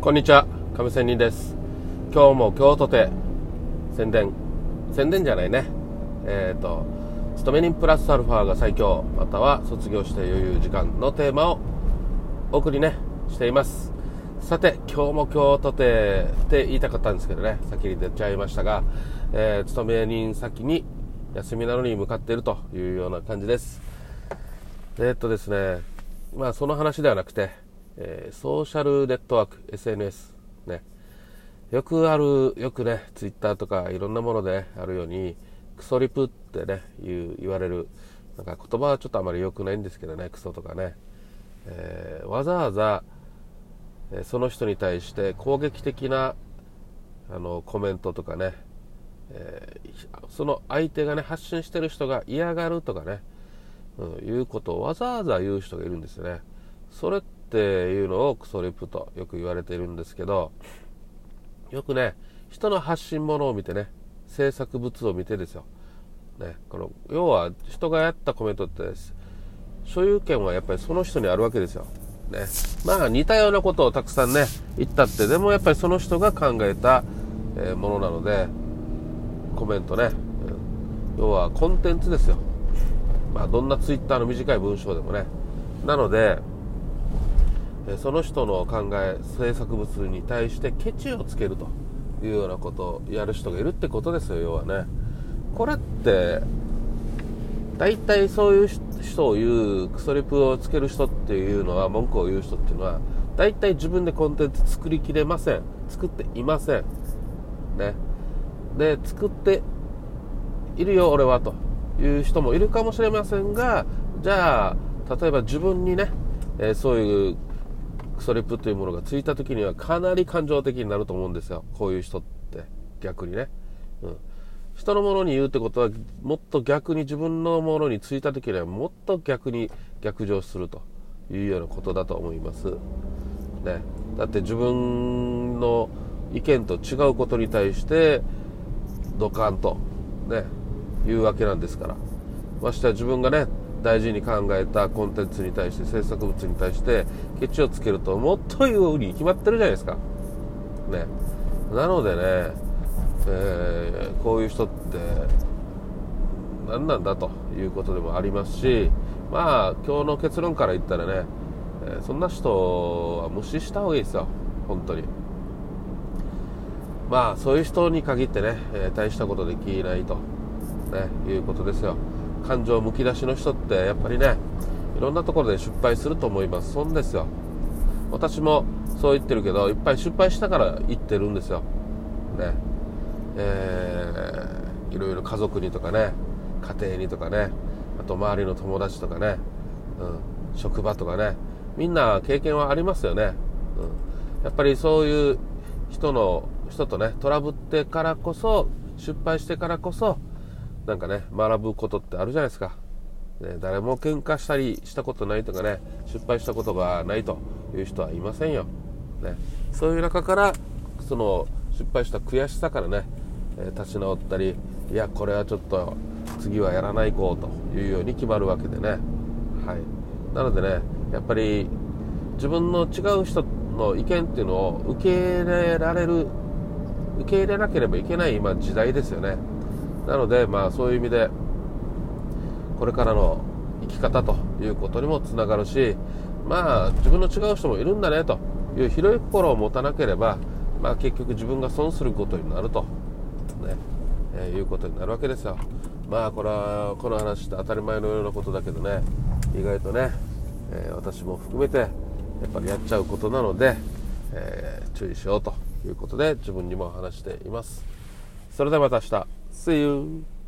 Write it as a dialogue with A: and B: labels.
A: こんにちは、亀仙人です。今日も今日とて宣伝じゃないね。勤め人プラスアルファが最強、または卒業して余裕時間のテーマをお送りねしています。さて、今日も今日とてって言いたかったんですけどね、先に出ちゃいましたが、勤め人先に休みなのに向かっているというような感じです。ですね、その話ではなくて、ソーシャルネットワーク SNS ね、よくねツイッターとかいろんなものであるようにクソリプってね言われる、なんか言葉はちょっとあまり良くないんですけどね、クソとかね、わざわざその人に対して攻撃的なコメントとかね、その相手がね発信してる人が嫌がるとかね、いうことをわざわざ言う人がいるんですよね。それっていうのをクソリプとよく言われているんですけど、よくね人の発信物を見てね、制作物を見てですよ、ね、要は人がやったコメントって所有権はやっぱりその人にあるわけですよ、ね、似たようなことをたくさんね言ったって、でもやっぱりその人が考えたものなので、コメントね、要はコンテンツですよ。どんなツイッターの短い文章でもね。なのでその人の考え、制作物に対してケチをつけるというようなことをやる人がいるってことですよ。要はね、これって大体そういう人を言う、クソリプをつける人っていうのは、文句を言う人っていうのは大体自分でコンテンツ作りきれません、作っていませんね。で、作っているよ俺はという人もいるかもしれませんが、じゃあ例えば自分にね、そういうクソリプというものがついた時にはかなり感情的になると思うんですよ。こういう人って逆にね、人のものに言うってことはもっと逆に自分のものについた時にはもっと逆に逆上するというようなことだと思いますね。だって自分の意見と違うことに対してドカンとね言うわけなんですから、ましてや自分がね大事に考えたコンテンツに対して、制作物に対してケチをつけるともっと言うに決まってるじゃないですかね。なのでね、こういう人って何なんだということでもありますし、今日の結論から言ったらね、そんな人は無視した方がいいですよ、本当に。そういう人に限ってね、大したことできないと、ね、いうことですよ。感情むき出しの人ってやっぱりね、いろんなところで失敗すると思います。そうですよ。私もそう言ってるけど、いっぱい失敗したから言ってるんですよね。いろいろ家族にとかね、家庭にとかね、あと周りの友達とかね、職場とかね、みんな経験はありますよね。やっぱりそういう人とねトラブってからこそ、失敗してからこそなんかね学ぶことってあるじゃないですか、ね、誰も喧嘩したりしたことないとかね、失敗したことがないという人はいませんよ、ね、そういう中からその失敗した悔しさからね、立ち直ったり、いやこれはちょっと次はやらないこうというように決まるわけでね、なのでね、やっぱり自分の違う人の意見っていうのを受け入れなければいけない今時代ですよね。なのでそういう意味でこれからの生き方ということにもつながるし、自分の違う人もいるんだねという広い心を持たなければ、結局自分が損することになると、ねいうことになるわけですよ。この話って当たり前のようなことだけどね、意外とね、私も含めてやっぱりやっちゃうことなので、注意しようということで自分にも話しています。それではまた明日。See you!